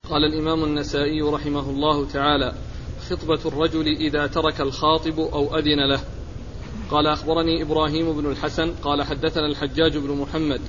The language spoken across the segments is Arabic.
قال الإمام النسائي رحمه الله تعالى: خطبة الرجل إذا ترك الخاطب أو أذن له. قال أخبرني إبراهيم بن الحسن قال حدثنا الحجاج بن محمد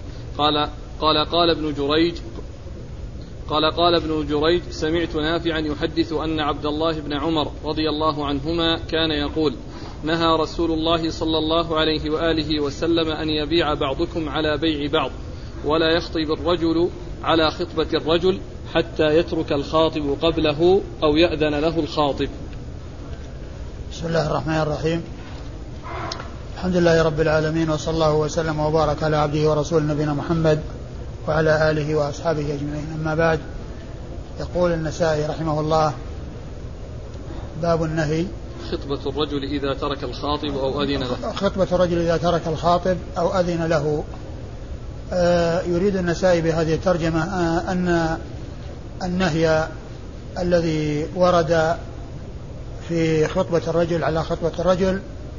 قال ابن جريج سمعت نافعا يحدث أن عبد الله بن عمر رضي الله عنهما كان يقول: نهى رسول الله صلى الله عليه وآله وسلم أن يبيع بعضكم على بيع بعض، ولا يخطب الرجل على خطبة الرجل حتى يترك الخاطب قبله أو يأذن له الخاطب. بسم الله الرحمن الرحيم. الحمد لله رب العالمين، وصلى الله وسلم وبارك على عبده ورسوله نبينا محمد وعلى آله وأصحابه أجمعين. أما بعد، يقول النسائي رحمه الله: باب النهي خطبة الرجل إذا ترك الخاطب أو أذن له. خطبة الرجل إذا ترك الخاطب أو أذن له. يريد النسائي بهذه الترجمة أن النهي الذي ورد في خطبة الرجل على خطبة الرجل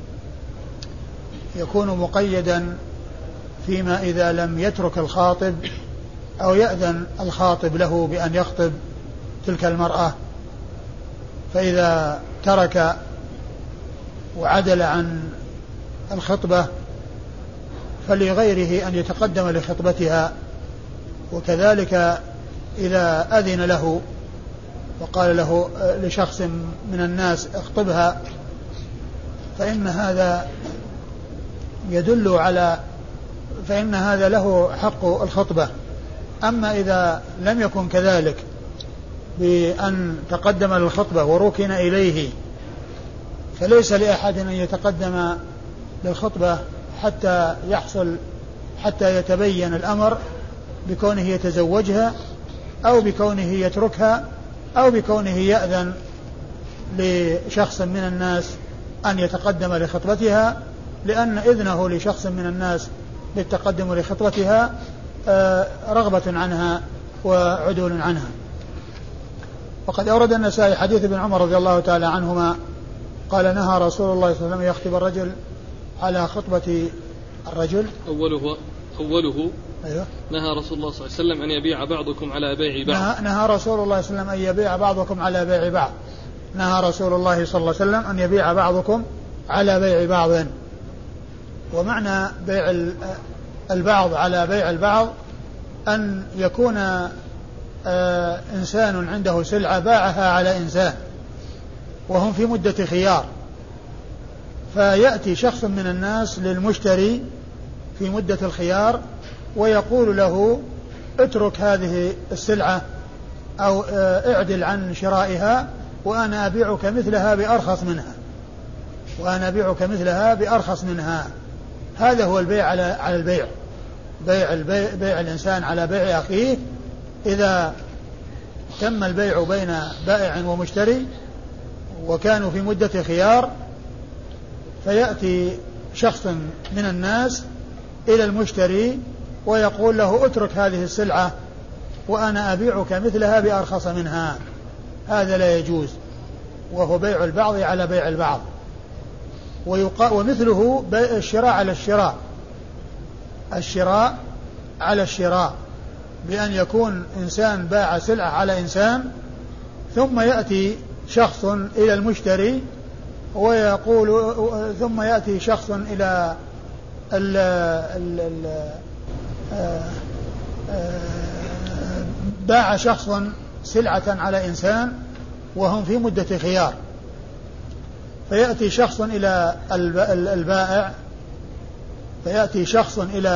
يكون مقيدا فيما إذا لم يترك الخاطب أو يأذن الخاطب له بأن يخطب تلك المرأة، فإذا ترك وعدل عن الخطبة فلغيره أن يتقدم لخطبتها، وكذلك إذا أذن له وقال له لشخص من الناس اخطبها فإن هذا له حق الخطبة. أما إذا لم يكن كذلك بأن تقدم للخطبة وركن إليه فليس لأحد أن يتقدم للخطبة حتى يتبين الأمر بكونه يتزوجها أو بكونه يتركها أو بكونه يأذن لشخص من الناس أن يتقدم لخطبتها، لأن إذنه لشخص من الناس بالتقدم لخطبتها رغبة عنها وعدول عنها. وقد أورد النسائي حديث ابن عمر رضي الله تعالى عنهما قال: نهى رسول الله صلى الله عليه وسلم يخطب الرجل على خطبة الرجل. أوله أيوه. نهى رسول الله صلى الله عليه وسلم أن يبيع بعضكم على بيع بعض. نهى رسول الله صلى الله عليه وسلم أن يبيع بعضكم على بيع بعض. نهى رسول الله صلى الله عليه وسلم أن يبيع بعضكم على بيع بعض. ومعنى بيع البعض على بيع البعض أن يكون إنسان عنده سلعة باعها على إنسان وهم في مدة خيار، فيأتي شخص من الناس للمشتري في مدة الخيار ويقول له: اترك هذه السلعة أو اعدل عن شرائها وأنا أبيعك مثلها بأرخص منها. هذا هو البيع على البيع، بيع الإنسان على بيع أخيه. إذا تم البيع بين بائع ومشتري وكانوا في مدة خيار فيأتي شخص من الناس إلى المشتري ويقول له: اترك هذه السلعة وأنا أبيعك مثلها بأرخص منها. هذا لا يجوز، وهو بيع البعض على بيع البعض. ومثله الشراء على الشراء بأن يكون إنسان باع سلعة على إنسان ثم يأتي شخص إلى المشتري ويقول ثم يأتي شخص إلى باع شخص سلعة على إنسان وهم في مدة خيار، فيأتي شخص إلى البائع فيأتي شخص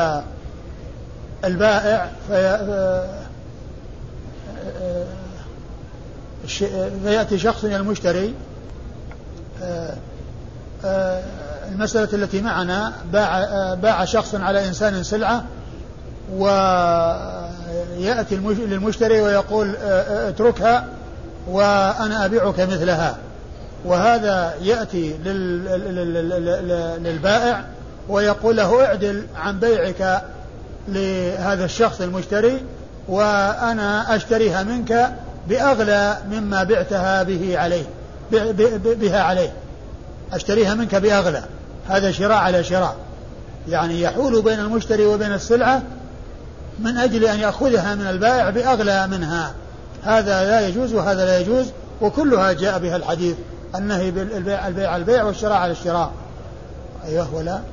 إلى المشتري. المسألة التي معنا باع شخص على إنسان سلعة ويأتي للمشتري ويقول: اتركها وأنا أبيعك مثلها. وهذا يأتي للبائع ويقول له: اعدل عن بيعك لهذا الشخص المشتري وأنا أشتريها منك بأغلى مما بعتها بها عليه أشتريها منك بأغلى. هذا شراء على شراء، يعني يحول بين المشتري وبين السلعة من أجل أن يأخذها من البائع بأغلى منها. هذا لا يجوز وهذا لا يجوز، وكلها جاء بها الحديث النهي بالبيع على البيع والشراء على الشراء. أيوه.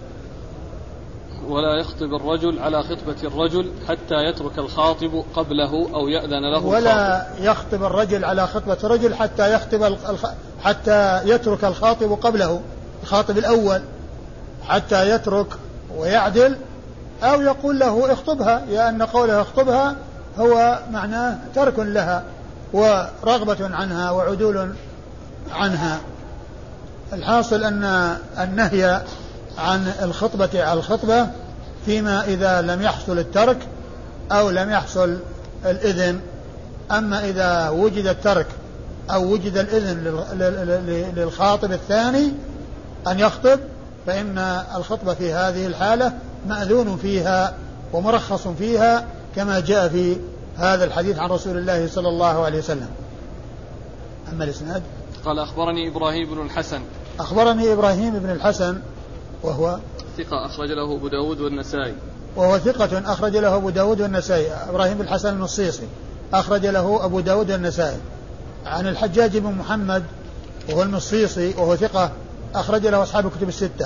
ولا يخطب الرجل على خطبة الرجل حتى يترك الخاطب قبله أو يأذن له. ولا يخطب الرجل على خطبة الرجل حتى يترك الخاطب قبله، الخاطب الأول، حتى يترك ويعدل، أو يقول له اخطبها، لأن قوله اخطبها هو معناه ترك لها ورغبة عنها وعدول عنها. الحاصل أن النهي عن الخطبة على الخطبة فيما إذا لم يحصل الترك أو لم يحصل الإذن. أما إذا وجد الترك أو وجد الإذن للخاطب الثاني أن يخطب، فإن الخطبة في هذه الحالة مأذون فيها ومرخص فيها، كما جاء في هذا الحديث عن رسول الله صلى الله عليه وسلم. أما الإسناد قال أخبرني إبراهيم بن الحسن. أخبرني إبراهيم بن الحسن وهو ثقة أخرج له أبو داود والنسائي. وهو ثقة أخرج له أبو داود والنسائي. إبراهيم بن الحسن المصيصي أخرج له أبو داود والنسائي. عن الحجاج بن محمد وهو المصيصي وهو ثقة أخرج له أصحاب الكتب الستة.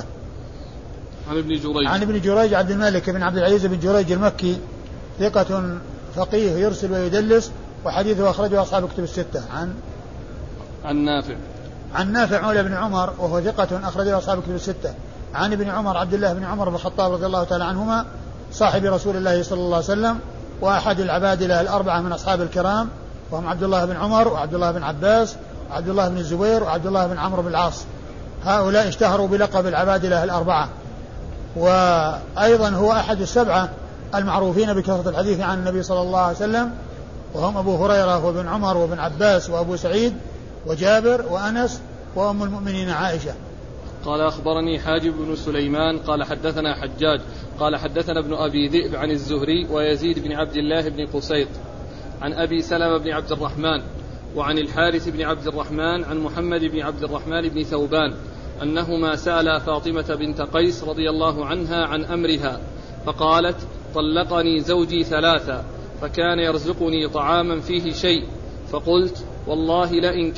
عن ابن جريج عبد الملك بن عبد العزيز بن جريج المكي ثقة فقيه يرسل ويدلس، وحديثه أخرجه أصحاب الكتب الستة. عن نافع مولى بن عمر وهو ثقة أخرجه أصحاب الكتب الستة. عن ابن عمر عبد الله بن عمر بن الخطاب رضي الله تعالى عنهما صاحب رسول الله صلى الله عليه وسلم، وأحد العبادلة الأربعة من أصحاب الكرام، وهم عبد الله بن عمر وعبد الله بن عباس وعبد الله بن الزبير وعبد الله بن عمرو بن العاص. هؤلاء اشتهروا بلقب العبادلة الأربعة. وأيضا هو أحد السبعة المعروفين بكثرة الحديث عن النبي صلى الله عليه وسلم، وهم أبو هريرة وابن عمر وابن عباس وأبو سعيد وجابر وأنس وأم المؤمنين عائشة. قال أخبرني حاجب بن سليمان قال حدثنا حجاج قال حدثنا ابن أبي ذئب عن الزهري ويزيد بن عبد الله بن قسيط عن أبي سلمة بن عبد الرحمن وعن الحارث بن عبد الرحمن عن محمد بن عبد الرحمن بن ثوبان أنهما سألا فاطمة بنت قيس رضي الله عنها عن أمرها، فقالت: طلقني زوجي 3 فكان يرزقني طعاما فيه شيء، فقلت: والله لئن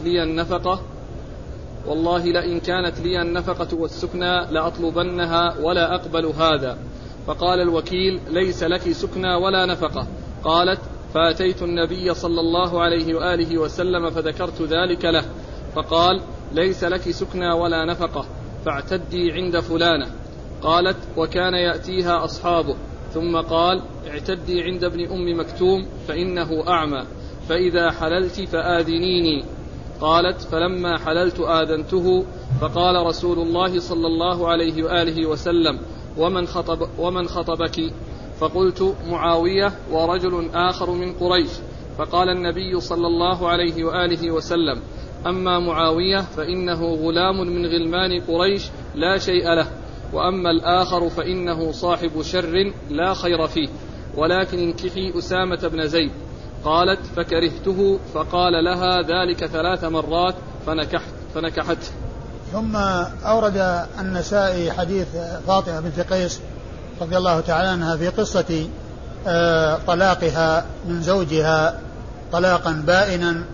كانت لي النفقة والسكنى لأطلبنها ولا أقبل هذا. فقال الوكيل: ليس لك سكنى ولا نفقة. قالت: فأتيت النبي صلى الله عليه وآله وسلم فذكرت ذلك له، فقال: ليس لك سكنى ولا نفقة، فاعتدي عند فلانة. قالت: وكان يأتيها أصحابه، ثم قال: اعتدي عند ابن أم مكتوم فإنه أعمى، فإذا حللت فآذنيني. قالت: فلما حللت آذنته، فقال رسول الله صلى الله عليه وآله وسلم: ومن خطبك؟ فقلت: معاوية ورجل آخر من قريش. فقال النبي صلى الله عليه وآله وسلم: أما معاوية فإنه غلام من غلمان قريش لا شيء له، وأما الآخر فإنه صاحب شر لا خير فيه، ولكن انكحي أسامة بن زيد. قالت: فكرهته، فقال لها ذلك 3 مرات فنكحته. ثم أورد النسائي حديث فاطمة بنت قيس رضي الله تعالى عنها في قصة طلاقها من زوجها طلاقا بائنا،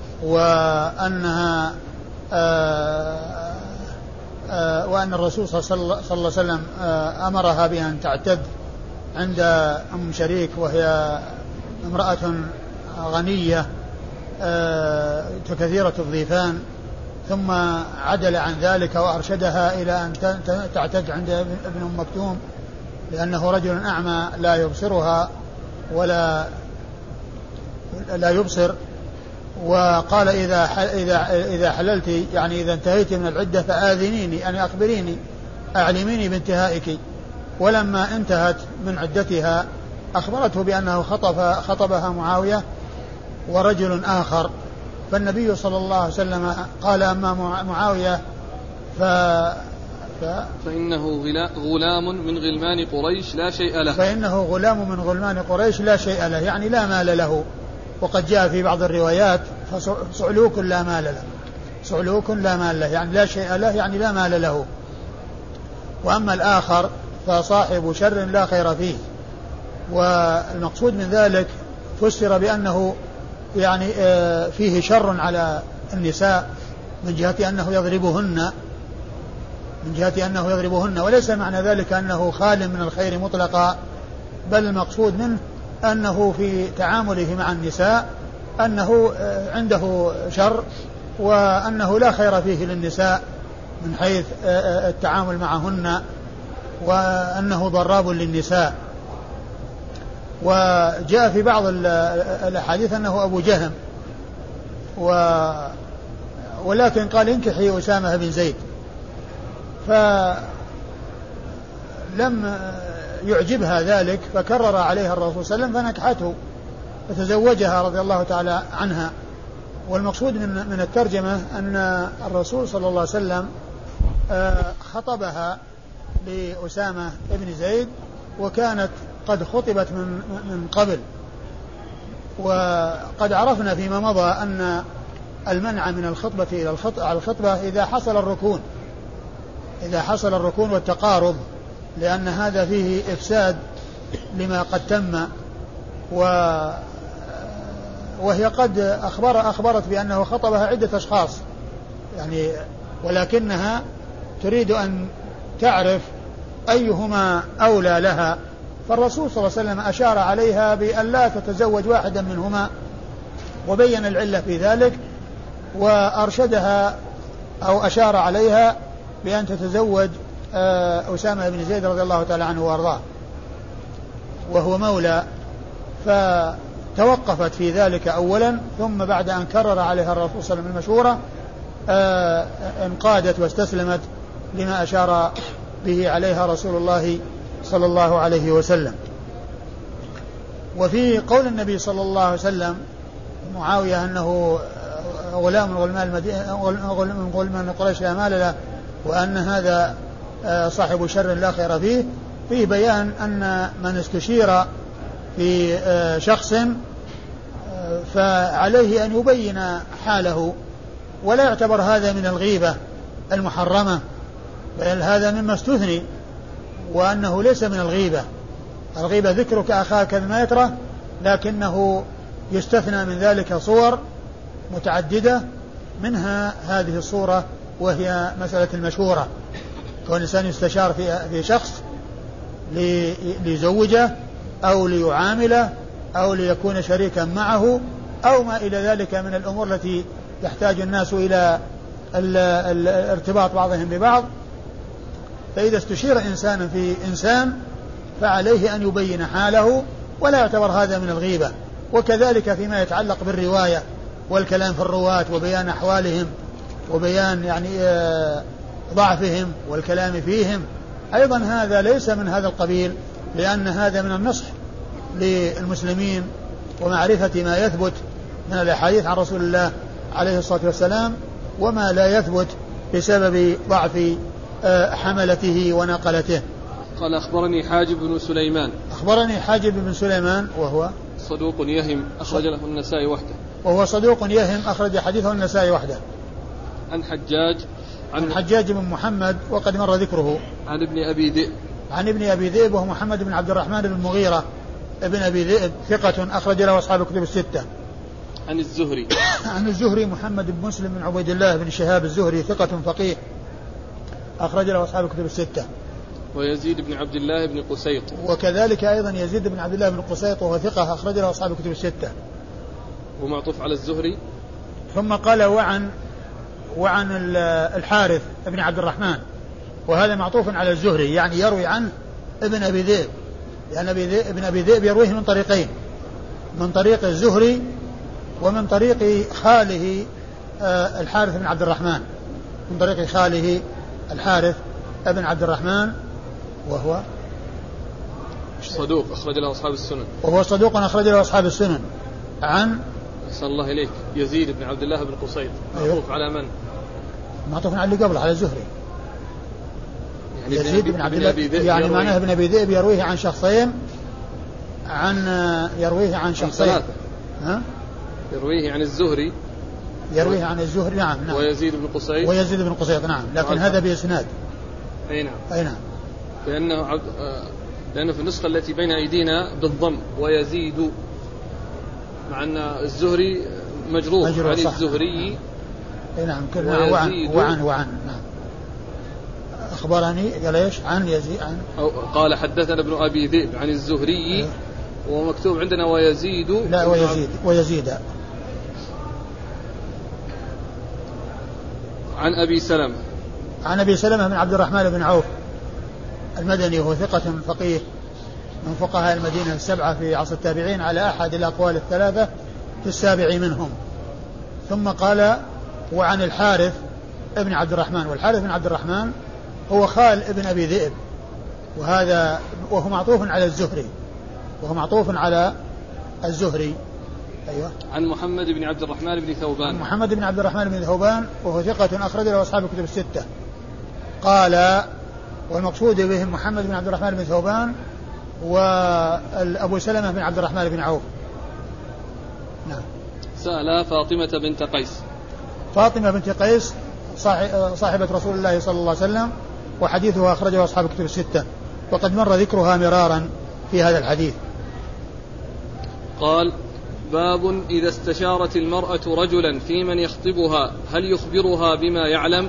وأن الرسول صلى الله عليه وسلم أمرها بأن تعتد عند أم شريك، وهي امرأة غنية كثيرة الضيفان، ثم عدل عن ذلك وأرشدها إلى أن تعتد عند ابن أم مكتوم، لأنه رجل أعمى لا يبصرها ولا لا يبصر. وقال: إذا حللت، يعني إذا انتهيت من العدة فآذنيني، يعني أخبريني، أعلميني بانتهائك. ولما انتهت من عدتها أخبرته بأنه خطبها معاوية ورجل آخر. فالنبي صلى الله عليه وسلم قال: أما معاوية فإنه غلام من غلمان قريش لا شيء له. فإنه غلام من غلمان قريش لا شيء له، يعني لا مال له. وقد جاء في بعض الروايات: فصعلوك لا مال له، صعلوك لا مال له، يعني لا شيء له، يعني لا مال له. وأما الآخر فصاحب شر لا خير فيه. والمقصود من ذلك فسر بأنه يعني فيه شر على النساء من جهة أنه يضربهن وليس معنى ذلك أنه خال من الخير مطلقا، بل المقصود منه أنه في تعامله مع النساء أنه عنده شر، وأنه لا خير فيه للنساء من حيث التعامل معهن، وأنه ضراب للنساء. وجاء في بعض الأحاديث أنه أبو جهم، ولكن قال انكحي أسامة بن زيد، فلم يعجبها ذلك فكرر عليها الرسول صلى الله عليه وسلم فنكحته فتزوجها رضي الله تعالى عنها. والمقصود من الترجمة أن الرسول صلى الله عليه وسلم خطبها لأسامة بن زيد، وكانت قد خطبت من قبل. وقد عرفنا فيما مضى أن المنع من الخطبة إلى الخطبة إذا حصل الركون والتقارب، لأن هذا فيه إفساد لما قد تم. وهي قد أخبرت بأنه خطبها عدة أشخاص يعني، ولكنها تريد أن تعرف أيهما أولى لها، فالرسول صلى الله عليه وسلم أشار عليها بأن لا تتزوج واحدا منهما، وبين العلة في ذلك، وأرشدها أو أشار عليها بأن تتزوج أسامة بن زيد رضي الله تعالى عنه وأرضاه، وهو مولى. فتوقفت في ذلك أولا، ثم بعد أن كرر عليها الرسول صلى الله عليه وسلم المشورة انقادت واستسلمت لما أشار به عليها رسول الله صلى الله عليه وسلم. وفي قول النبي صلى الله عليه وسلم معاوية أنه غلام من غلمان قريش لا مال له، وأن هذا صاحب شر لا خير فيه، فيه بيان أن من استشير في شخص فعليه أن يبين حاله، ولا يعتبر هذا من الغيبة المحرمة، بل هذا مما استثني، وأنه ليس من الغيبة. الغيبة ذكرك أخاك بما يكره، لكنه يستثنى من ذلك صور متعددة، منها هذه الصورة وهي مسألة المشورة، كون الإنسان يستشار في شخص ليزوجه أو ليعامله أو ليكون شريكا معه أو ما إلى ذلك من الأمور التي يحتاج الناس إلى الارتباط بعضهم ببعض. فإذا استشير إنسان في إنسان فعليه أن يبين حاله، ولا يعتبر هذا من الغيبة. وكذلك فيما يتعلق بالرواية والكلام في الرواة وبيان أحوالهم وبيان يعني ضعفهم والكلام فيهم، أيضا هذا ليس من هذا القبيل، لأن هذا من النصح للمسلمين ومعرفة ما يثبت من الأحاديث عن رسول الله عليه الصلاة والسلام، وما لا يثبت بسبب ضعف حملته ونقلته. قال أخبرني حاجب بن سليمان. أخبرني حاجب بن سليمان وهو صدوق يهم أخرج له النسائي وحده. وهو صدوق يهم أخرج حديثه النسائي وحده. عن حجاج بن محمد وقد مر ذكره. عن ابن أبي ذئب. عن ابن أبي ذئب وهو محمد بن عبد الرحمن بن المغيرة ابن أبي ذئب ثقة أخرج له أصحاب الكتب الستة. عن الزهري. عن الزهري محمد بن مسلم بن عبيد الله بن شهاب الزهري ثقة فقيه أخرج له أصحاب الكتب الستة. ويزيد بن عبد الله بن قسيط. وكذلك أيضا يزيد بن عبد الله بن قسيط وهو ثقة أخرج له أصحاب الكتب الستة. ومعطوف على الزهري. ثم قال وعن الحارث بن عبد الرحمن، وهذا معطوف على الزهري، يعني يروي عن ابن أبي ذئب، يعني ابن أبي ذئب يرويه من طريقين، من طريق الزهري ومن طريق خاله الحارث بن عبد الرحمن، من طريق خاله الحارث بن عبد الرحمن وهو صدوق أخرج له أصحاب السنن. وهو صدوق أخرج له أصحاب السنن. عن أحسن الله إليك يزيد بن عبد الله بن قسيط. معطوف على من؟ معطوف على اللي قبله على الزهري. يعني يزيد بن عبد الله يعني معناه ابن أبي ذئب يرويه عن شخصين، يرويه عن شخصين. يرويه عن الزهري. يرويه عن الزهري نعم. ويزيد بن قسيط نعم، لكن هذا بإسناد. أي نعم. لأنه في النسخة التي بين أيدينا بالضم ويزيد. مع أن الزهري مجرور عن الزهري. نعم وعن نعم. أخبرني قال إيش عن يزيد عن قال حدثنا ابن أبي ذئب عن الزهري ومكتوب عندنا ويزيد. لا ويزيد عن أبي سلمة. عن أبي سلمة بن عبد الرحمن بن عوف المدني وهو ثقة فقيه من فقهاء المدينة السبعة في عصر التابعين على أحد الأقوال الثلاثة في السابع منهم. ثم قال وعن الحارث ابن عبد الرحمن، والحارث بن عبد الرحمن هو خال ابن أبي ذئب، وهذا وهو معطوف على الزهري. أيوة. عن محمد بن عبد الرحمن بن ثوبان. محمد بن عبد الرحمن بن ثوبان وهو ثقة أخرج له أصحاب الكتب الستة. قال والمقصود بهم محمد بن عبد الرحمن بن ثوبان وأبو سلمة بن عبد الرحمن بن عوف. نعم. سأل فاطمة بنت قيس. فاطمة بنت قيس صاحبة رسول الله صلى الله عليه وسلم، وحديثها أخرجه أصحاب الكتب الستة، وقد مر ذكرها مرارا في هذا الحديث. قال باب إذا استشارت المرأة رجلا في من يخطبها هل يخبرها بما يعلم؟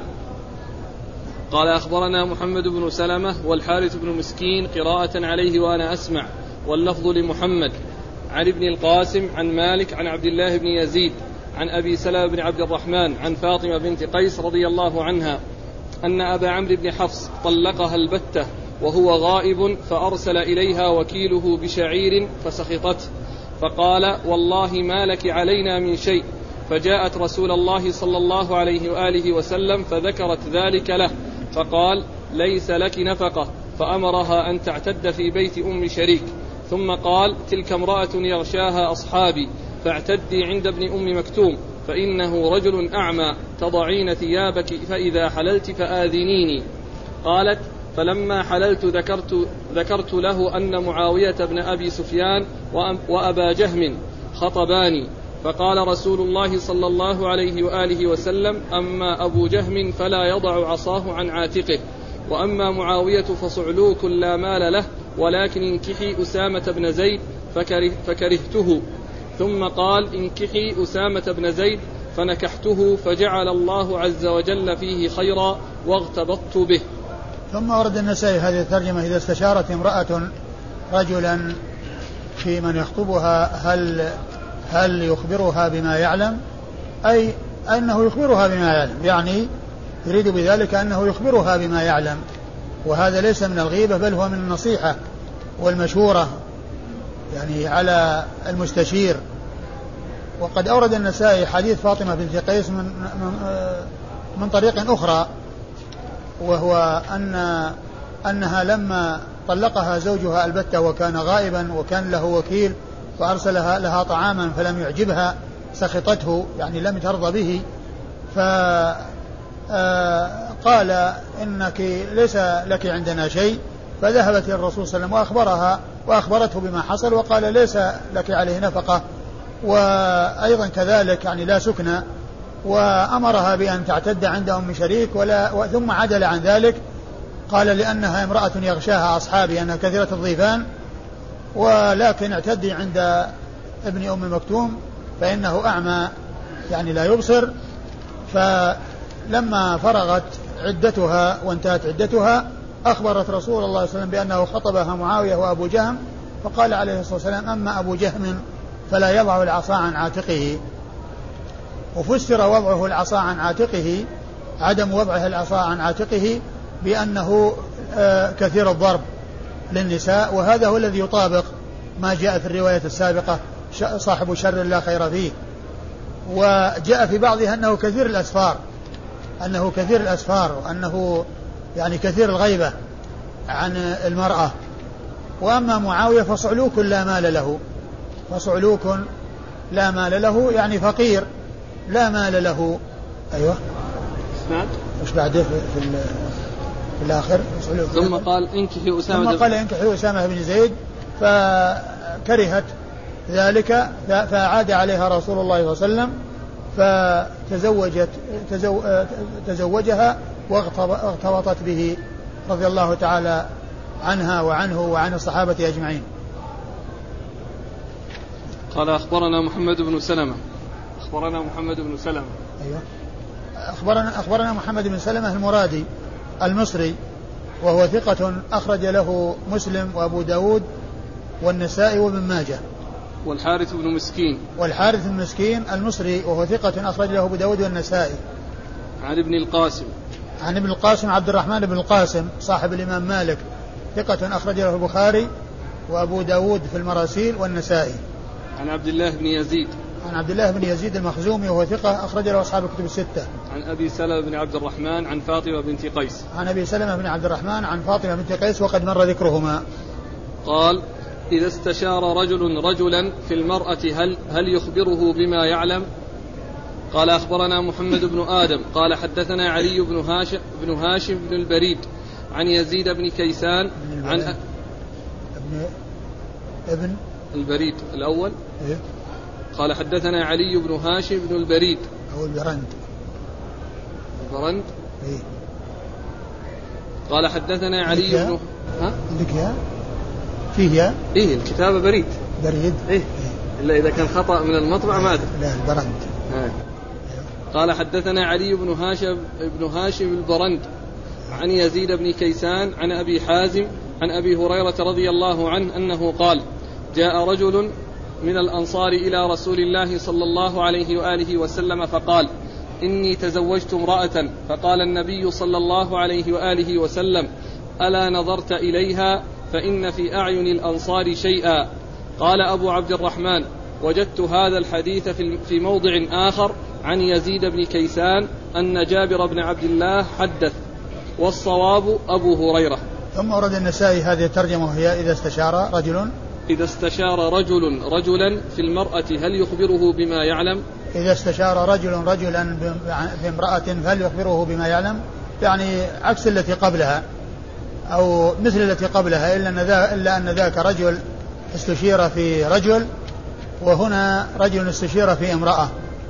قال أخبرنا محمد بن سلمة والحارث بن مسكين قراءة عليه وأنا أسمع، واللفظ لمحمد عن ابن القاسم عن مالك عن عبد الله بن يزيد عن أبي سلمة بن عبد الرحمن عن فاطمة بنت قيس رضي الله عنها أن أبا عمرو بن حفص طلقها البتة وهو غائب، فأرسل إليها وكيله بشعير فسخطته، فقال والله ما لك علينا من شيء، فجاءت رسول الله صلى الله عليه وآله وسلم فذكرت ذلك له، فقال ليس لك نفقة، فأمرها أن تعتد في بيت أم شريك، ثم قال تلك امرأة يغشاها أصحابي فاعتدي عند ابن أم مكتوم فإنه رجل أعمى، تضعين ثيابك فإذا حللت فآذنيني. قالت فلما حللت ذكرت له أن معاوية بن أبي سفيان وأبا جهم خطباني، فقال رسول الله صلى الله عليه وآله وسلم أما أبو جهم فلا يضع عصاه عن عاتقه، وأما معاوية فصعلوك لا مال له، ولكن انكحي أسامة بن زيد فكرهته، ثم قال انكحي أسامة بن زيد فنكحته، فجعل الله عز وجل فيه خيرا واغتبطت به. ثم ورد النسائي هذه الترجمة إذا استشارت امرأة رجلا في من يخطبها هل يخبرها بما يعلم، أي أنه يخبرها بما يعلم، يعني يريد بذلك أنه يخبرها بما يعلم، وهذا ليس من الغيبة بل هو من النصيحة والمشورة يعني على المستشير. وقد أورد النسائي حديث فاطمة بنت قيس من طريق أخرى، وهو أنها لما طلقها زوجها البتة وكان غائبا وكان له وكيل فأرسلها لها طعاما فلم يعجبها سخطته، يعني لم ترضى به، فقال إنك ليس لك عندنا شيء، فذهبت إلى الرسول صلى الله عليه وسلم وأخبرته بما حصل، وقال ليس لك عليه نفقة، وأيضا كذلك يعني لا سكنى، وأمرها بأن تعتد عند أم شريك، ثم عدل عن ذلك قال لأنها امرأة يغشاها أصحابي، أنها كثيرة الضيفان، ولكن اعتدي عند ابن أم مكتوم فإنه أعمى يعني لا يبصر. فلما فرغت عدتها وانتهت عدتها أخبرت رسول الله صلى الله عليه وسلم بأنه خطبها معاوية وأبو جهم، فقال عليه الصلاة والسلام أما أبو جهم فلا يضع العصا عن عاتقه. وفسر وضعه العصا عن عاتقه، عدم وضعه العصا عن عاتقه، بأنه كثير الضرب للنساء، وهذا هو الذي يطابق ما جاء في الرواية السابقة صاحب شر لا خير فيه. وجاء في بعضها أنه كثير الأسفار، وأنه يعني كثير الغيبة عن المرأة. وأما معاوية فصعلوك لا مال له، يعني فقير لا مال له. أيوة مش بعده في الآخر. ثم قال انكحي أسامة بن زيد، فكرهت ذلك فعاد عليها رسول الله صلى الله عليه وسلم فتزوجها واغتبطت به رضي الله تعالى عنها وعنه وعن الصحابة أجمعين. قال أخبرنا محمد بن سلمة. أخبرنا محمد بن سلمة. أيوه. أخبرنا محمد بن سلمة المرادي المصري وهو ثقة أخرج له مسلم وأبو داود والنسائي وابن ماجه. والحارث بن مسكين. والحارث بن مسكين المصري وهو ثقة أخرج له أبو داود والنسائي. عن ابن القاسم. عن ابن القاسم عبد الرحمن بن القاسم صاحب الإمام مالك ثقة أخرج له البخاري وأبو داود في المراسيل والنسائي. عن عبد الله بن يزيد. عن عبد الله بن يزيد المخزومي وهو ثقة أخرج له أصحاب الكتب الستة. عن أبي سلمة بن عبد الرحمن عن فاطمة بنت قيس. عن أبي سلمة بن عبد الرحمن عن فاطمة بنت قيس وقد مر ذكرهما. قال إذا استشار رجل رجلا في المرأة هل يخبره بما يعلم؟ قال أخبرنا محمد بن آدم قال حدثنا علي بن هاشم بن البريد عن يزيد بن كيسان عن ابن البريد الأول. إيه؟ قال حدثنا علي بن هاشم بن البريد أو البرند. إيه؟ قال حدثنا علي بن لك فيه إيه الكتابة بريد إيه؟ إلا إذا كان خطأ من المطبع ماذا؟ لا البرند. قال حدثنا علي بن هاشم البرند عن يزيد بن كيسان عن أبي حازم عن أبي هريرة رضي الله عنه أنه قال جاء رجل من الأنصار إلى رسول الله صلى الله عليه وآله وسلم فقال إني تزوجت امرأة فقال النبي صلى الله عليه وآله وسلم ألا نظرت إليها فإن في أعين الأنصار شيئا. قال أبو عبد الرحمن وجدت هذا الحديث في موضع آخر عن يزيد بن كيسان أن جابر بن عبد الله حدث والصواب أبو هريرة. ثم ورد النسائي هذه الترجمة وهي إذا استشار رجل رجلا في المرأة هل يخبره بما يعلم؟ إذا استشار رجلا في امرأة هل يخبره بما يعلم، يعني عكس التي قبلها أو مثل التي قبلها، إلا أن ذاك رجل استشير في رجل وهنا رجل استشير في امرأة.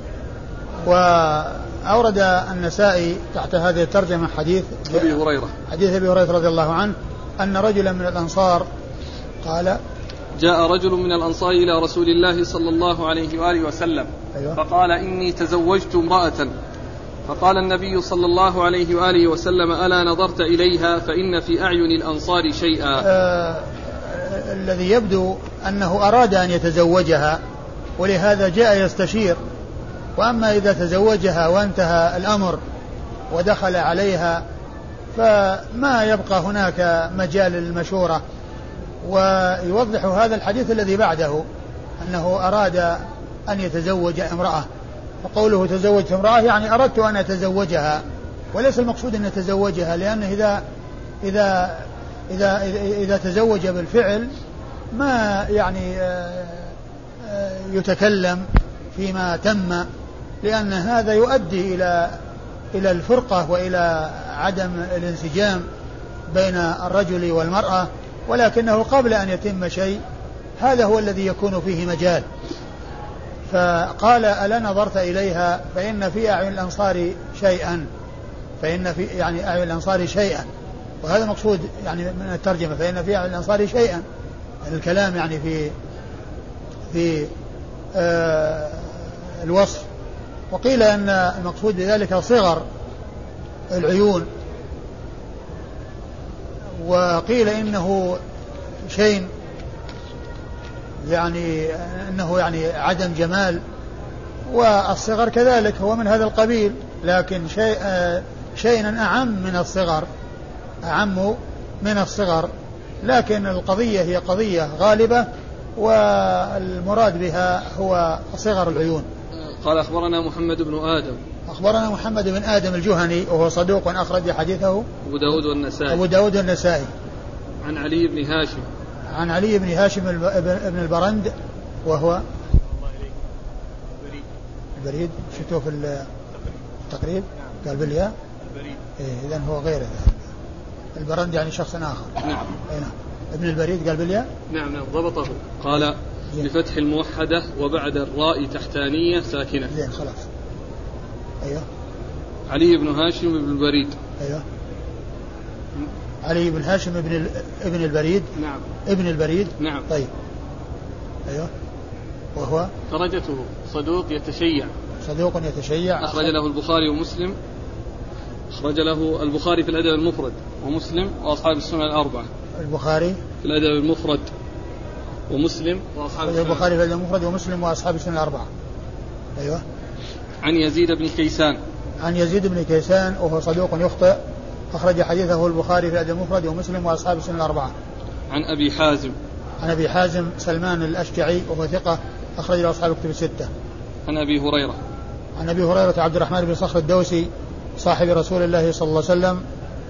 وأورد النسائي تحت هذه الترجمة حديث أبي هريرة رضي الله عنه أن رجلا من الأنصار قال جاء رجل من الأنصار إلى رسول الله صلى الله عليه وآله وسلم. أيوة. فقال إني تزوجت امرأة فقال النبي صلى الله عليه وآله وسلم ألا نظرت إليها فإن في أعين الأنصار شيئا. الذي يبدو أنه أراد أن يتزوجها ولهذا جاء يستشير، وأما إذا تزوجها وانتهى الأمر ودخل عليها فما يبقى هناك مجال للمشورة. ويوضح هذا الحديث الذي بعده أنه أراد أن يتزوج امرأة، وقوله تزوجت امرأة يعني أردت أن أتزوجها، وليس المقصود أن يتزوجها، لأنه إذا تزوج بالفعل ما يعني يتكلم فيما تم، لأن هذا يؤدي إلى الفرقة وإلى عدم الانسجام بين الرجل والمرأة، ولكنه قبل أن يتم شيء هذا هو الذي يكون فيه مجال. فقال ألا نظرت إليها فإن في أعين الأنصار شيئا، أعين الأنصار شيئا، وهذا مقصود يعني من الترجمة، فإن في أعين الأنصار شيئا، الكلام يعني في الوصف. وقيل أن المقصود بذلك صغر العيون، وقيل إنه شيء يعني أنه يعني عدم جمال، والصغر كذلك هو من هذا القبيل، لكن شيء أعم من الصغر، لكن القضية هي قضية غالبة والمراد بها هو صغر العيون. قال أخبرنا محمد بن آدم. أخبرنا محمد بن آدم الجهني وهو صدوق أخرج حديثه أبو داود والنسائي. عن علي بن هاشم. عن علي بن هاشم ابن البرند وهو البريد. شفتوه في التقريب قال بالياء البريد. إذن هو غيره. البرند يعني شخص آخر. نعم. ابن البريد قال بالياء. نعم ضبطه. قال بفتح الموحدة وبعد الراء تحتانية ساكنة. زين خلاص. أيوه. علي بن هاشم بن البريد. أيوه. علي بن هاشم ابن البريد. نعم. ابن البريد. نعم. طيب. أيوه. وهو درجته صدوق يتشيع. صدوق يتشيع. أخرج له البخاري ومسلم. أخرج له البخاري في الأدب المفرد ومسلم وأصحاب السنن الأربعة. البخاري في الأدب المفرد ومسلم وأصحاب السنن. البخاري في الأدب المفرد ومسلم وأصحاب السنن الأربعة. أيوة. عن يزيد بن كيسان. عن يزيد بن كيسان وهو صدوق يخطئ. أخرج حديثه البخاري في الأدب المفرد ومسلم وأصحاب السنن الأربعة. عن أبي حازم. عن أبي حازم سلمان الأشجعي وهو ثقة أخرج له أصحاب الكتب الستة. عن أبي هريرة. عن أبي هريرة عبد الرحمن بن صخر الدوسي صاحب رسول الله صلى الله عليه وسلم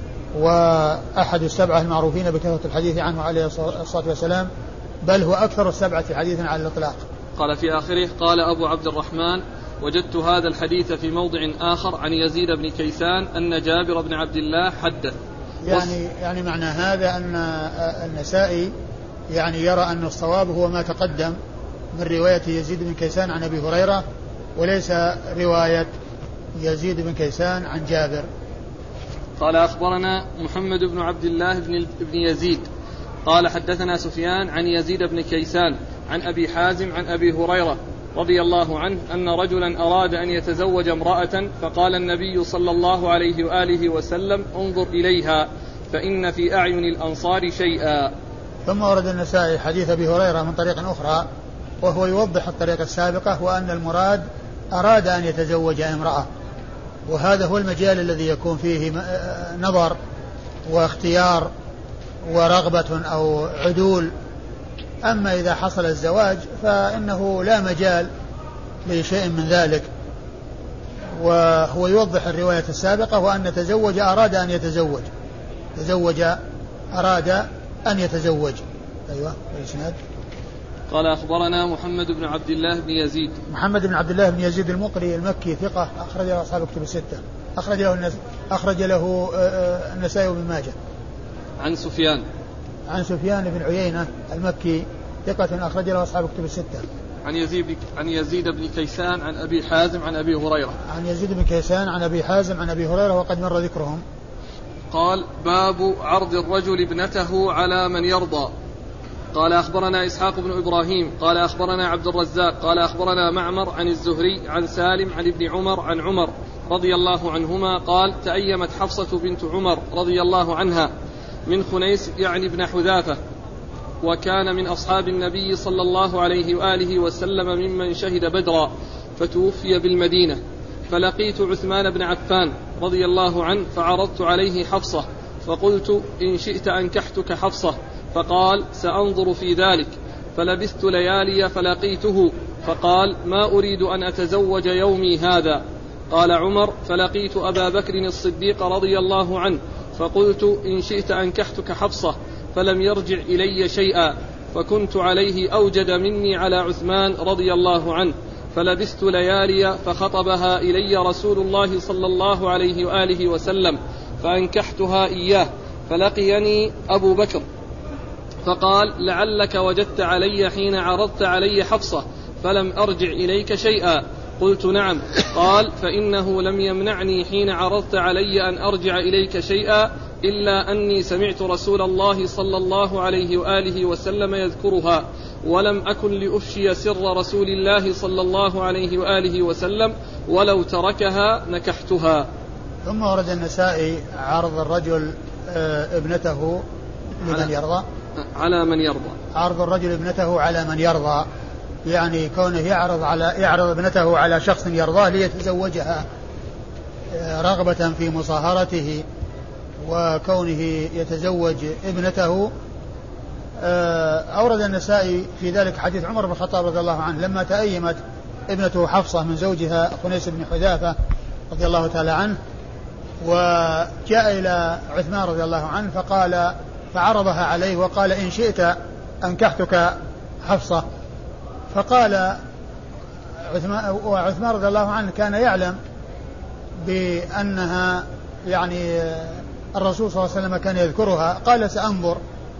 وأحد السبعة المعروفين بكثرة الحديث عنه عليه الصلاة والسلام، بل هو أكثر السبعة حديثا على الإطلاق. قال في آخره: قال أبو عبد الرحمن: وجدت هذا الحديث في موضع آخر عن يزيد بن كيسان أن جابر بن عبد الله حدث. يعني معنى هذا أن النسائي يعني يرى أن الصواب هو ما تقدم من رواية يزيد بن كيسان عن أبي هريرة، وليس رواية يزيد بن كيسان عن جابر. قال: أخبرنا محمد بن عبد الله بن يزيد قال: حدثنا سفيان عن يزيد بن كيسان عن أبي حازم عن أبي هريرة رضي الله عنه أن رجلا أراد أن يتزوج امرأة، فقال النبي صلى الله عليه وآله وسلم: انظر إليها فإن في أعين الأنصار شيئا. ثم ورد النسائي حديث أبي هريرة من طريق أخرى، وهو يوضح الطريقة السابقة، وأن المراد أراد أن يتزوج امرأة، وهذا هو المجال الذي يكون فيه نظر واختيار ورغبة أو عدول. أما إذا حصل الزواج فإنه لا مجال لشيء من ذلك. وهو يوضح الرواية السابقة، وأن تزوج أراد أن يتزوج، تزوج أراد أن يتزوج. أيوة. الإسناد. قال: أخبرنا محمد بن عبد الله بن يزيد. محمد بن عبد الله بن يزيد المقري المكي ثقة أخرج له أصحاب الكتب الستة. أخرج له النسائي وابن ماجه. عن سفيان. عن سفيان بن عيينة المكي ثقة أخرج له أصحاب الكتب الستة. عن يزيد بن كيسان عن أبي حازم عن أبي هريرة. عن يزيد بن كيسان عن أبي حازم عن أبي هريرة وقد مر ذكرهم. قال: باب عرض الرجل ابنته على من يرضى. قال: أخبرنا إسحاق بن إبراهيم قال: أخبرنا عبد الرزاق قال: أخبرنا معمر عن الزهري عن سالم عن ابن عمر عن عمر رضي الله عنهما قال: تأيمت حفصة بنت عمر رضي الله عنها من خنيس يعني ابن حذافة، وكان من أصحاب النبي صلى الله عليه وآله وسلم ممن شهد بدرا، فتوفي بالمدينة، فلقيت عثمان بن عفان رضي الله عنه فعرضت عليه حفصة، فقلت: إن شئت أنكحتك حفصة، فقال: سأنظر في ذلك. فلبثت ليالي فلقيته، فقال: ما أريد أن أتزوج يومي هذا. قال عمر: فلقيت أبا بكر الصديق رضي الله عنه، فقلت: إن شئت أنكحتك حفصة، فلم يرجع إلي شيئا، فكنت عليه أوجد مني على عثمان رضي الله عنه، فلبثت ليالي فخطبها إلي رسول الله صلى الله عليه وآله وسلم، فأنكحتها إياه، فلقيني أبو بكر فقال: لعلك وجدت علي حين عرضت علي حفصة فلم أرجع إليك شيئا. قلت: نعم. قال: فإنه لم يمنعني حين عرضت علي أن أرجع إليك شيئا، إلا أني سمعت رسول الله صلى الله عليه وآله وسلم يذكرها، ولم أكن لأفشي سر رسول الله صلى الله عليه وآله وسلم، ولو تركها نكحتها. ثم ورد النسائي عرض الرجل ابنته لمن يرضى، على من يرضى، عرض الرجل ابنته على من يرضى، يعني كونه يعرض ابنته على شخص يرضاه ليتزوجها رغبة في مصاهرته وكونه يتزوج ابنته. أورد النسائي في ذلك حديث عمر بن الخطاب رضي الله عنه لما تأيمت ابنته حفصة من زوجها خنيس بن حذافة رضي الله تعالى عنه، وجاء إلى عثمان رضي الله عنه فعرضها عليه وقال: إن شئت أنكحتك حفصة. فقال وعثمان رضي الله عنه كان يعلم بأنها يعني الرسول صلى الله عليه وسلم كان يذكرها، قال: سأنظر.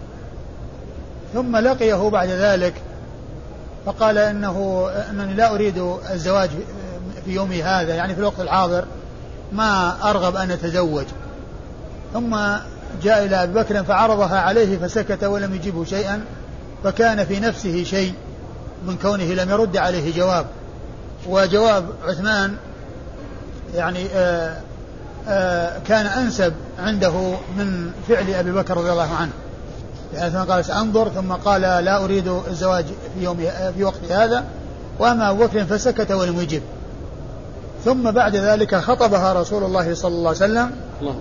ثم لقيه بعد ذلك فقال: إنني لا أريد الزواج في يومي هذا، يعني في الوقت الحاضر ما أرغب أن أتزوج. ثم جاء إلى أبي بكر فعرضها عليه فسكت ولم يجيبه شيئا، فكان في نفسه شيء من كونه لم يرد عليه جواب. وجواب عثمان يعني كان أنسب عنده من فعل أبي بكر رضي الله عنه، يعني قال سأنظر، ثم قال لا أريد الزواج في وقت هذا، وأما أبو بكر فسكت ولم يجب. ثم بعد ذلك خطبها رسول الله صلى الله عليه وسلم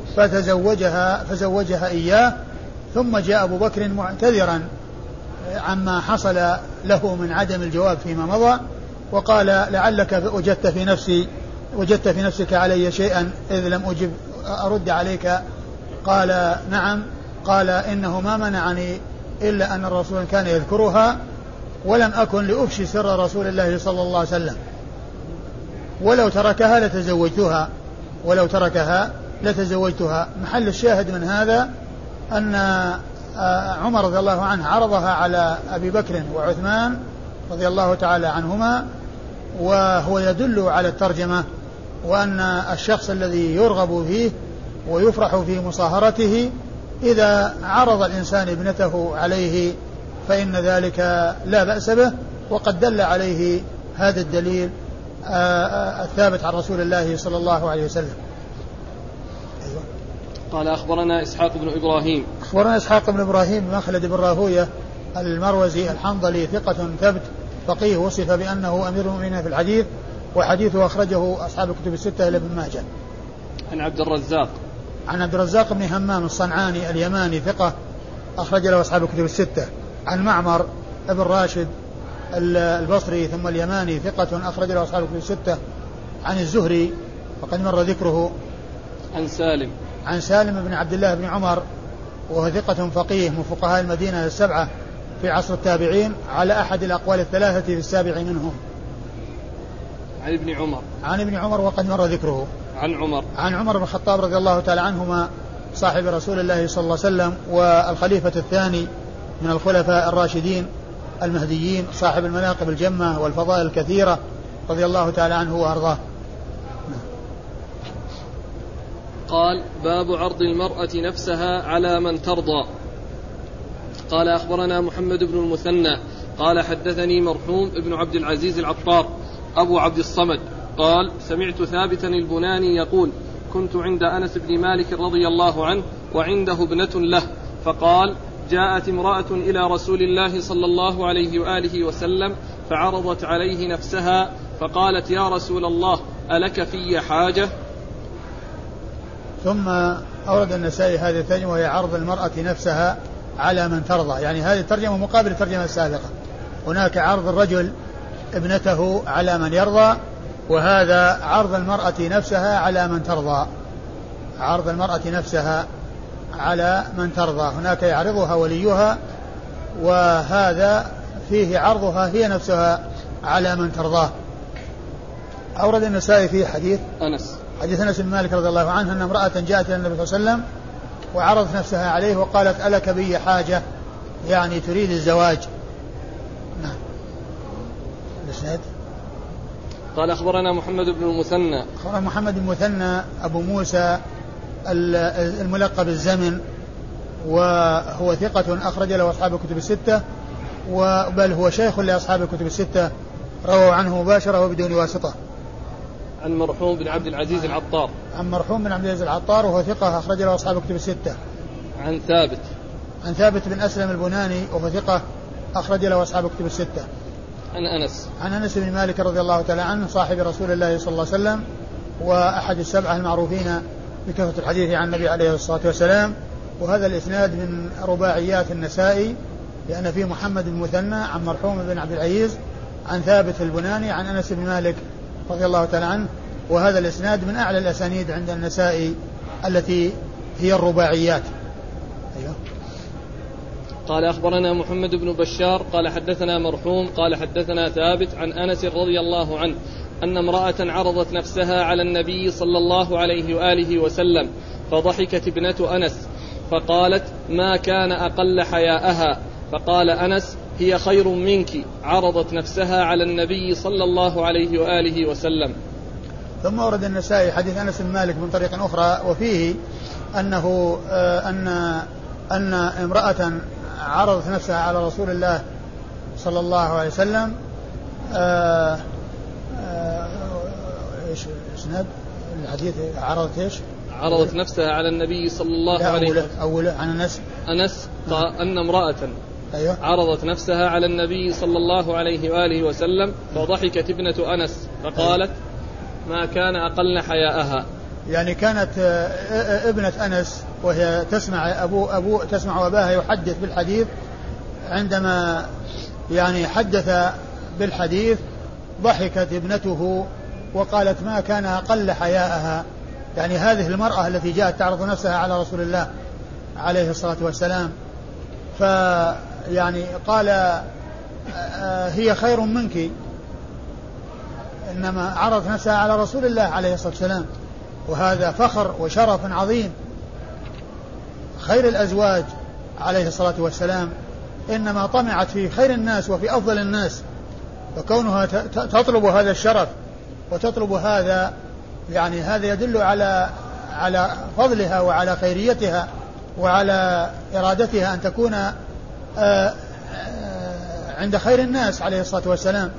فزوجها إياه. ثم جاء أبو بكر معتذرا عما حصل له من عدم الجواب فيما مضى، وقال لعلك وجدت في نفسك علي شيئا إذ لم أرد عليك. قال نعم. قال إنه ما منعني إلا أن الرسول كان يذكرها، ولم أكن لأفشي سر رسول الله صلى الله عليه وسلم، ولو تركها لتزوجتها. محل الشاهد من هذا أن عمر رضي الله عنه عرضها على أبي بكر وعثمان رضي الله تعالى عنهما، وهو يدل على الترجمة، وأن الشخص الذي يرغب فيه ويفرح في مصاهرته إذا عرض الإنسان ابنته عليه فإن ذلك لا بأس به، وقد دل عليه هذا الدليل الثابت عن رسول الله صلى الله عليه وسلم. أيوة. قال أخبرنا إسحاق بن إبراهيم بن مخلد بن راهوية المروزي الحنظلي ثقة ثبت فقيه، وصف بأنه أمير المؤمنين في الحديث، وحديثه أخرجه أصحاب الكتب الستة إلا ابن ماجه. عن عبد الرزاق بن همام الصنعاني اليماني ثقة أخرج له أصحاب الكتب الستة. عن معمر ابن راشد البصري ثم اليماني ثقة أخرج له أصحاب الكتب الستة. عن الزهري وقد مر ذكره. عن سالم بن عبد الله بن عمر وهو ثقة فقيه من فقهاء المدينة السبعة في عصر التابعين على أحد الأقوال الثلاثة في السابع منهم. عن ابن عمر وقد مر ذكره. عن عمر بن الخطاب رضي الله تعالى عنهما صاحب رسول الله صلى الله عليه وسلم والخليفة الثاني من الخلفاء الراشدين المهديين، صاحب المناقب الجمة والفضائل الكثيرة رضي الله تعالى عنه وأرضاه. قال باب عرض المرأة نفسها على من ترضى. قال أخبرنا محمد بن المثنى قال حدثني مرحوم ابن عبد العزيز العطار أبو عبد الصمد قال سمعت ثابتا البناني يقول كنت عند أنس بن مالك رضي الله عنه وعنده ابنة له، فقال جاءت امرأة إلى رسول الله صلى الله عليه وآله وسلم فعرضت عليه نفسها فقالت يا رسول الله ألك في حاجة؟ ثم أورد النسائي هذه الترجمة وهي عرض المرأة نفسها على من ترضى، يعني هذه الترجمة مقابل الترجمة السابقة. هناك عرض الرجل ابنته على من يرضى، وهذا عرض المرأة نفسها على من ترضى. عرض المرأة نفسها على من ترضى، هناك يعرضها وليها، وهذا فيه عرضها هي نفسها على من ترضاه. أورد النسائي في حديث أنس بن مالك رضي الله عنه أن امرأة جاءت إلى النبي صلى الله عليه وسلم وعرضت نفسها عليه وقالت ألك بي حاجة، يعني تريد الزواج. نعم. الإسناد قال أخبرنا محمد بن المثنى أبو موسى الملقب الزمن، وهو ثقة أخرج له أصحاب الكتب الستة، بل هو شيخ لأصحاب الكتب الستة، رووا عنه مباشرة وبدون واسطة. عن مرحوم بن عبد العزيز العطار وهو ثقة أخرج له أصحاب الكتب الستة. عن ثابت بن أسلم البناني وهو ثقة أخرج له أصحاب الكتب الستة. عن أنس بن مالك رضي الله تعالى عنه صاحب رسول الله صلى الله عليه وسلم وأحد السبعة المعروفين بكثرة الحديث عن النبي عليه الصلاة والسلام. وهذا الإسناد من رباعيات النسائي، لأن فيه محمد بن مثنى عن مرحوم بن عبد العزيز عن ثابت البناني عن أنس بن مالك رضي الله تعالى عنه، وهذا الإسناد من أعلى الأسانيد عند النسائي التي هي الرباعيات. أيوه. قال أخبرنا محمد بن بشار قال حدثنا مرحوم قال حدثنا ثابت عن أنس رضي الله عنه أن امرأة عرضت نفسها على النبي صلى الله عليه وآله وسلم فضحكت ابنة أنس فقالت ما كان أقل حياءها، فقال أنس هي خير منك عرضت نفسها على النبي صلى الله عليه وآله وسلم. ثم ورد النسائي حديث أنس بن مالك من طريق أخرى، وفيه أنه أن امرأة عرضت نفسها على رسول الله صلى الله عليه وسلم ايش اسناد الحديث؟ عرضت ايش؟ عرضت نفسها على النبي صلى الله عليه وسلم. أوله عن أنس أن امرأة أيوه. عرضت نفسها على النبي صلى الله عليه وآله وسلم فضحكت ابنة أنس فقالت ما كان أقل حياءها. يعني كانت ابنة أنس وهي تسمع أباها يحدث بالحديث، عندما يعني حدث بالحديث ضحكت ابنته وقالت ما كان أقل حياءها، يعني هذه المرأة التي جاءت تعرض نفسها على رسول الله عليه الصلاة والسلام، فيعني قال هي خير منك، إنما عرضت نفسها على رسول الله عليه الصلاة والسلام، وهذا فخر وشرف عظيم. خير الأزواج عليه الصلاة والسلام إنما طمعت في خير الناس وفي أفضل الناس، وكونها تطلب هذا الشرف وتطلب هذا، يعني هذا يدل على فضلها وعلى خيريتها وعلى إرادتها أن تكون عند خير الناس عليه الصلاة والسلام.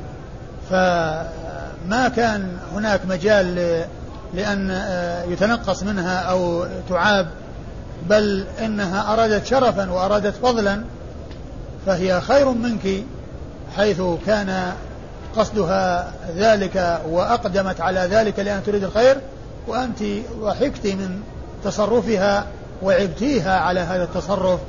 فما كان هناك مجال لأن يتنقص منها أو تعاب، بل إنها أرادت شرفا وأرادت فضلا، فهي خير منك حيث كان قصدها ذلك وأقدمت على ذلك لأن تريد الخير، وأنت ضحكت من تصرفها وعبتيها على هذا التصرف،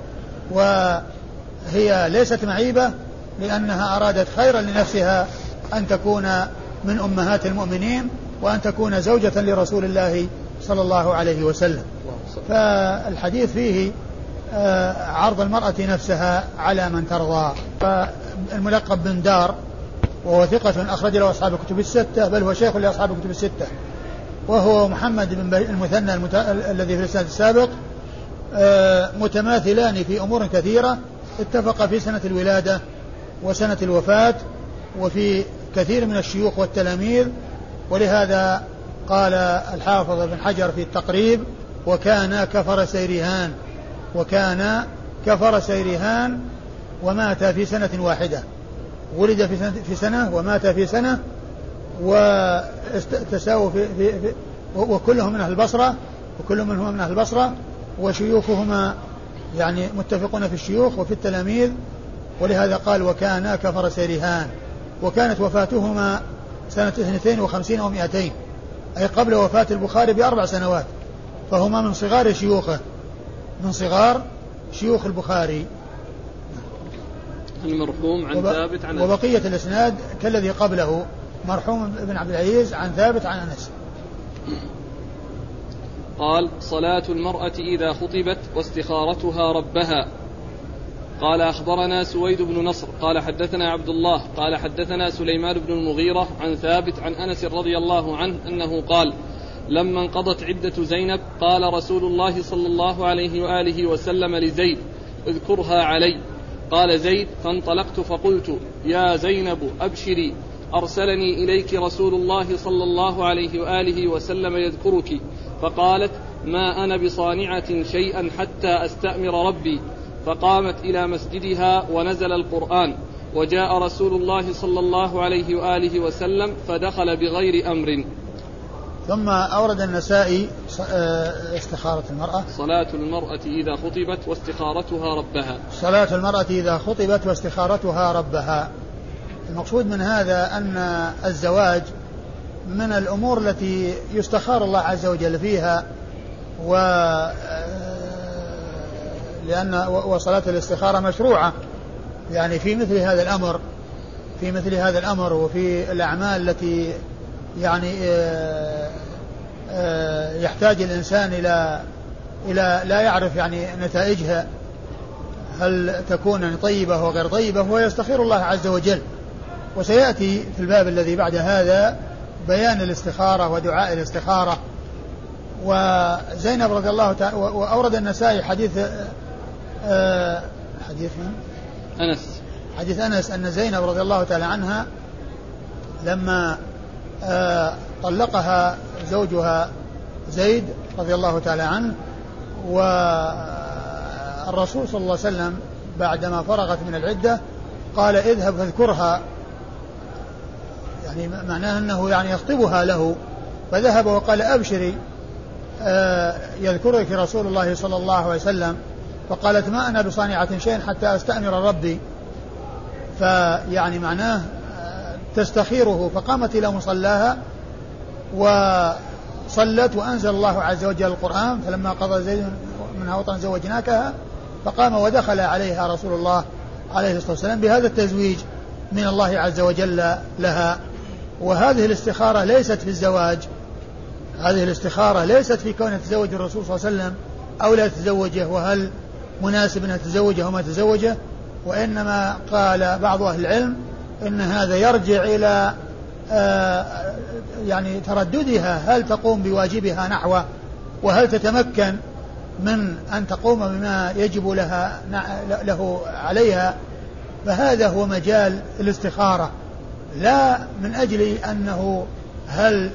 وهي ليست معيبة لأنها أرادت خيرا لنفسها أن تكون من أمهات المؤمنين وأن تكون زوجة لرسول الله صلى الله عليه وسلم. فالحديث فيه عرض المرأة نفسها على من ترضى. فالملقب بن دار وهو ثقة أخرج له أصحاب الكتب الستة، بل هو شيخ لأصحاب الكتب الستة، وهو محمد بن المثنى الذي في الإسناد السابق، متماثلان في أمور كثيرة، اتفق في سنة الولادة وسنة الوفاة وفي كثير من الشيوخ والتلاميذ، ولهذا قال الحافظ بن حجر في التقريب وكان كفر سيرهان ومات في سنة واحدة، ولد في سنة ومات في سنة، وتساووا وكلهم من أهل البصرة، من أهل البصرة، وشيوخهما يعني متفقون في الشيوخ وفي التلاميذ، ولهذا قال وكان كفر سيرهان. وكانت وفاتهما سنة 52 أو 200، أي قبل وفاة البخاري ب4 سنوات، فهما من صغار شيوخه، من صغار شيوخ البخاري. المرحوم عن ثابت عن وبقية الإسناد كالذي قبله، مرحوم بن عبد العزيز عن ثابت عن أنس. قال صلاة المرأة إذا خطبت واستخارتها ربها. قال أخبرنا سويد بن نصر قال حدثنا عبد الله قال حدثنا سليمان بن المغيرة عن ثابت عن أنس رضي الله عنه أنه قال لما انقضت عدة زينب قال رسول الله صلى الله عليه وآله وسلم لزيد اذكرها علي. قال زيد فانطلقت فقلت يا زينب أبشري أرسلني إليك رسول الله صلى الله عليه وآله وسلم يذكرك. فقالت ما أنا بصانعة شيئا حتى أستأمر ربي. فقامت إلى مسجدها ونزل القرآن وجاء رسول الله صلى الله عليه وآله وسلم فدخل بغير أمر. ثم أورد النسائي استخارة المرأة، صلاة المرأة إذا خطبت واستخارتها ربها. صلاة المرأة إذا خطبت واستخارتها ربها. المقصود من هذا أن الزواج من الأمور التي يستخار الله عز وجل فيها، وصلاة الاستخارة مشروعة يعني في مثل هذا الأمر وفي الأعمال التي يعني يحتاج الإنسان إلى لا يعرف يعني نتائجها هل تكون طيبة وغير طيبة، هو يستخير الله عز وجل. وسيأتي في الباب الذي بعد هذا بيان الاستخارة ودعاء الاستخارة. وزينب رضي الله تعالى، وأورد النسائي حديث حديث أنس أن زينب رضي الله تعالى عنها لما طلقها زوجها زيد رضي الله تعالى عنه، والرسول صلى الله عليه وسلم بعدما فرغت من العدة قال اذهب فاذكرها يعني معناه أنه يعني يخطبها له، فذهب وقال أبشري يذكرك رسول الله صلى الله عليه وسلم. فقالت ما أنا بصانعة شيء حتى أستأمر ربي، فيعني معناه تستخيره. فقامت إلى مصلاها وصلت، وأنزل الله عز وجل القرآن فلما قضى زيد منها وطرا زوجناكها، فقام ودخل عليها رسول الله عليه الصلاة والسلام بهذا التزويج من الله عز وجل لها. وهذه الاستخارة ليست في الزواج، هذه الاستخارة ليست في كونه تزوج الرسول صلى الله عليه وسلم أو لا تزوجه، وهل مناسب أن تزوجه أو ما تزوجه، وإنما قال بعض أهل العلم إن هذا يرجع إلى يعني ترددها، هل تقوم بواجبها نحوه، وهل تتمكن من أن تقوم بما يجب له عليها. فهذا هو مجال الاستخارة، لا من أجل أنه هل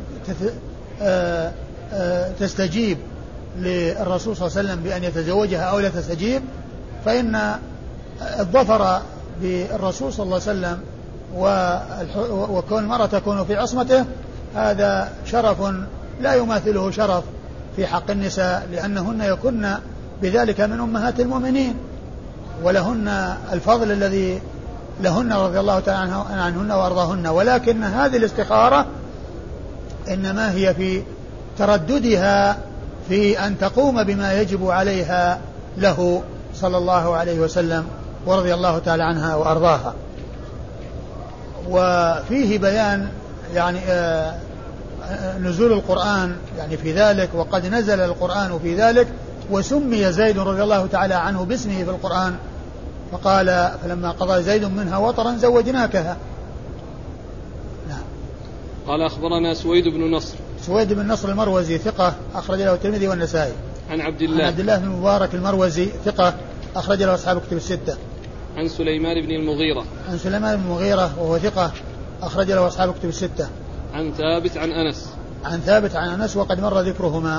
تستجيب للرسول صلى الله عليه وسلم بأن يتزوجها أو لا تستجيب. فإن الظفر بالرسول صلى الله عليه وسلم وكون المرأة تكون في عصمته هذا شرف لا يماثله شرف في حق النساء، لأنهن يكن بذلك من أمهات المؤمنين، ولهن الفضل الذي لهن رضي الله تعالى عنهن وأرضاهن. ولكن هذه الاستخارة إنما هي في ترددها في أن تقوم بما يجب عليها له صلى الله عليه وسلم ورضي الله تعالى عنها وأرضاها. وفيه بيان يعني نزول القرآن يعني في ذلك، وقد نزل القرآن في ذلك، وسمي زيد رضي الله تعالى عنه باسمه في القرآن، فقال فلما قضى زيد منها وطرا زوجناكها. نعم. قال أخبرنا سويد بن نصر. سويد بن نصر المروزي ثقة أخرج له الترمذي والنسائي. عن عبد الله بن مبارك المروزي ثقة أخرج له أصحاب كتب الستة. عن سليمان بن المغيرة. عن سليمان بن المغيرة وهو ثقة أخرج له أصحاب كتب الستة. عن ثابت عن أنس. عن ثابت عن أنس وقد مر ذكرهما.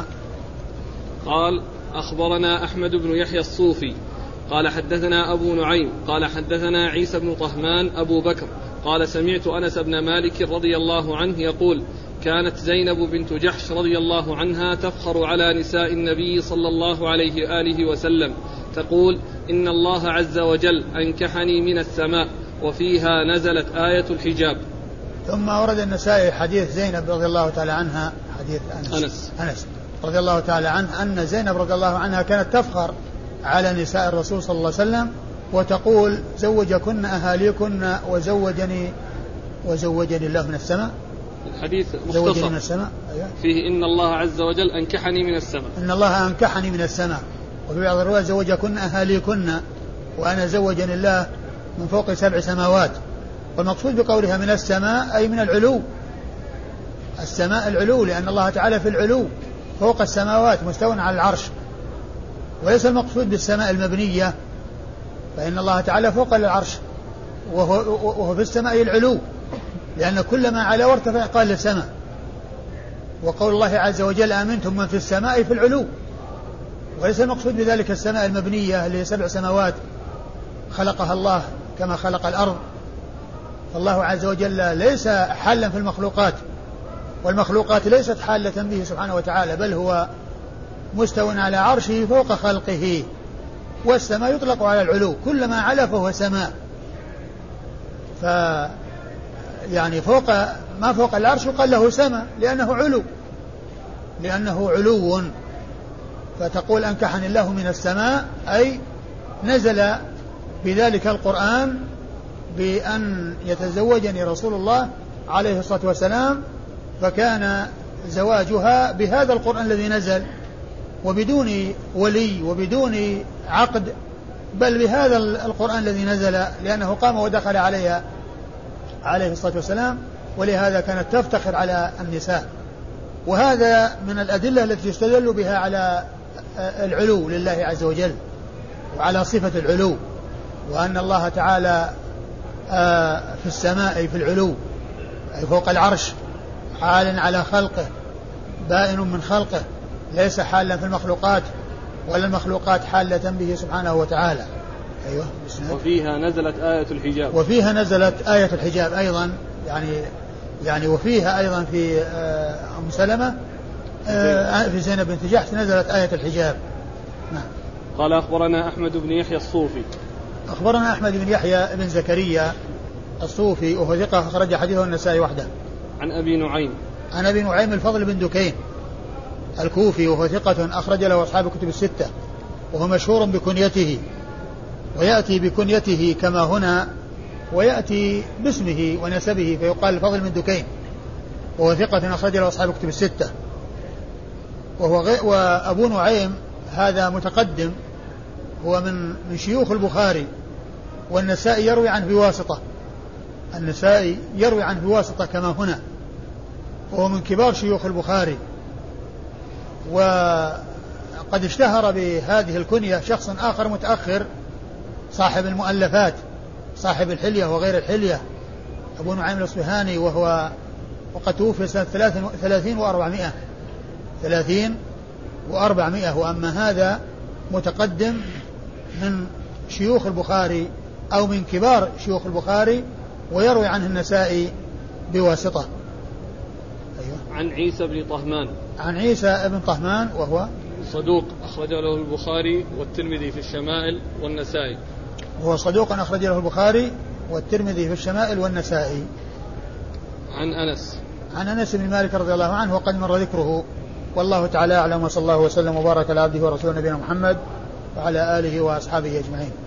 قال أخبرنا أحمد بن يحيى الصوفي قال حدثنا أبو نعيم قال حدثنا عيسى بن طهمان أبو بكر قال سمعت أنس بن مالك رضي الله عنه يقول كانت زينب بنت جحش رضي الله عنها تفخر على نساء النبي صلى الله عليه وآله وسلم تقول إن الله عز وجل أنكحني من السماء وفيها نزلت آية الحجاب. ثم ورد النسائي حديث زينب رضي الله تعالى عنها، حديث أنس رضي الله تعالى عنه أن زينب رضي الله عنها كانت تفخر على نساء الرسول صلى الله عليه وسلم وتقول زوجكن أهاليكن وزوجني الله من السماء. الحديث مختصر من السماء. أيوة. فيه إن الله عز وجل أنكحني من السماء، إن الله أنكحني من السماء، وفي بعض الروايات زوجكن أهاليكن وأنا زوجني الله من فوق 7 سماوات. والمقصود بقولها من السماء أي من العلو، السماء العلو، لأن الله تعالى في العلو فوق السماوات مستوى على العرش، وليس المقصود بالسماء المبنية، فإن الله تعالى فوق العرش وهو في السماء العلو، لأن كل ما على وارتفع قال للسماء. وقول الله عز وجل آمنتم من في السماء في العلو، وليس المقصود بذلك السماء المبنية اللي 7 سماوات خلقها الله كما خلق الأرض. فالله عز وجل ليس حالا في المخلوقات، والمخلوقات ليست حالة به سبحانه وتعالى، بل هو مستوى على عرشه فوق خلقه. والسماء يطلق على العلو، كل ما علا فهو سماء. يعني فوق ما فوق العرش قال له سماء لأنه علو. فتقول أنكحني الله من السماء أي نزل بذلك القرآن بأن يتزوجني رسول الله عليه الصلاة والسلام، فكان زواجها بهذا القرآن الذي نزل وبدون ولي وبدون عقد، بل بهذا القرآن الذي نزل، لأنه قام ودخل عليها عليه الصلاة والسلام، ولهذا كانت تفتخر على النساء. وهذا من الأدلة التي يستدل بها على العلو لله عز وجل وعلى صفة العلو، وأن الله تعالى في السماء في العلو أي فوق العرش، حال على خلقه، بائن من خلقه، ليس حالا في المخلوقات ولا المخلوقات حالة به سبحانه وتعالى. أيوة. وفيها نزلت آية الحجاب. وفيها نزلت آية الحجاب أيضا، يعني يعني وفيها أيضا في أم سلمة في زينب بنت جحش نزلت آية الحجاب. نعم. قال أخبرنا أحمد بن يحيى الصوفي. أخبرنا أحمد بن يحيى بن زكريا الصوفي وهو ثقة أخرج حديثه النسائي وحده. عن أبي نعيم. عن أبي نعيم الفضل بن دكين الكوفي وهو ثقة أخرج له أصحاب الكتب الستة وهو مشهور بكنيته ويأتي بكنيته كما هنا ويأتي باسمه ونسبه فيقال الفضل بن دكين وهو ثقة أخرج له أصحاب الكتب الستة. وأبو نعيم هذا متقدم هو من شيوخ البخاري والنسائي يروي عنه بواسطة. النسائي يروي عنه بواسطة كما هنا وهو من كبار شيوخ البخاري. وقد اشتهر بهذه الكنية شخص آخر متأخر صاحب المؤلفات صاحب الحلية وغير الحلية أبو نعيم الأصبهاني وقد توفي سنة 30 و400 وأما هذا متقدم من شيوخ البخاري أو من كبار شيوخ البخاري ويروي عنه النسائي بواسطة. أيوة. عن عيسى بن طهمان. عن عيسى بن طهمان وهو صدوق أخرج له البخاري والترمذي في الشمائل والنسائي. وهو صدوق أخرج له البخاري والترمذي في الشمائل والنسائي. عن أنس بن مالك رضي الله عنه وقد مر ذكره والله تعالى أعلم وصلى الله وسلم وبارك على عبده ورسوله نبينا محمد وعلى آله وأصحابه أجمعين.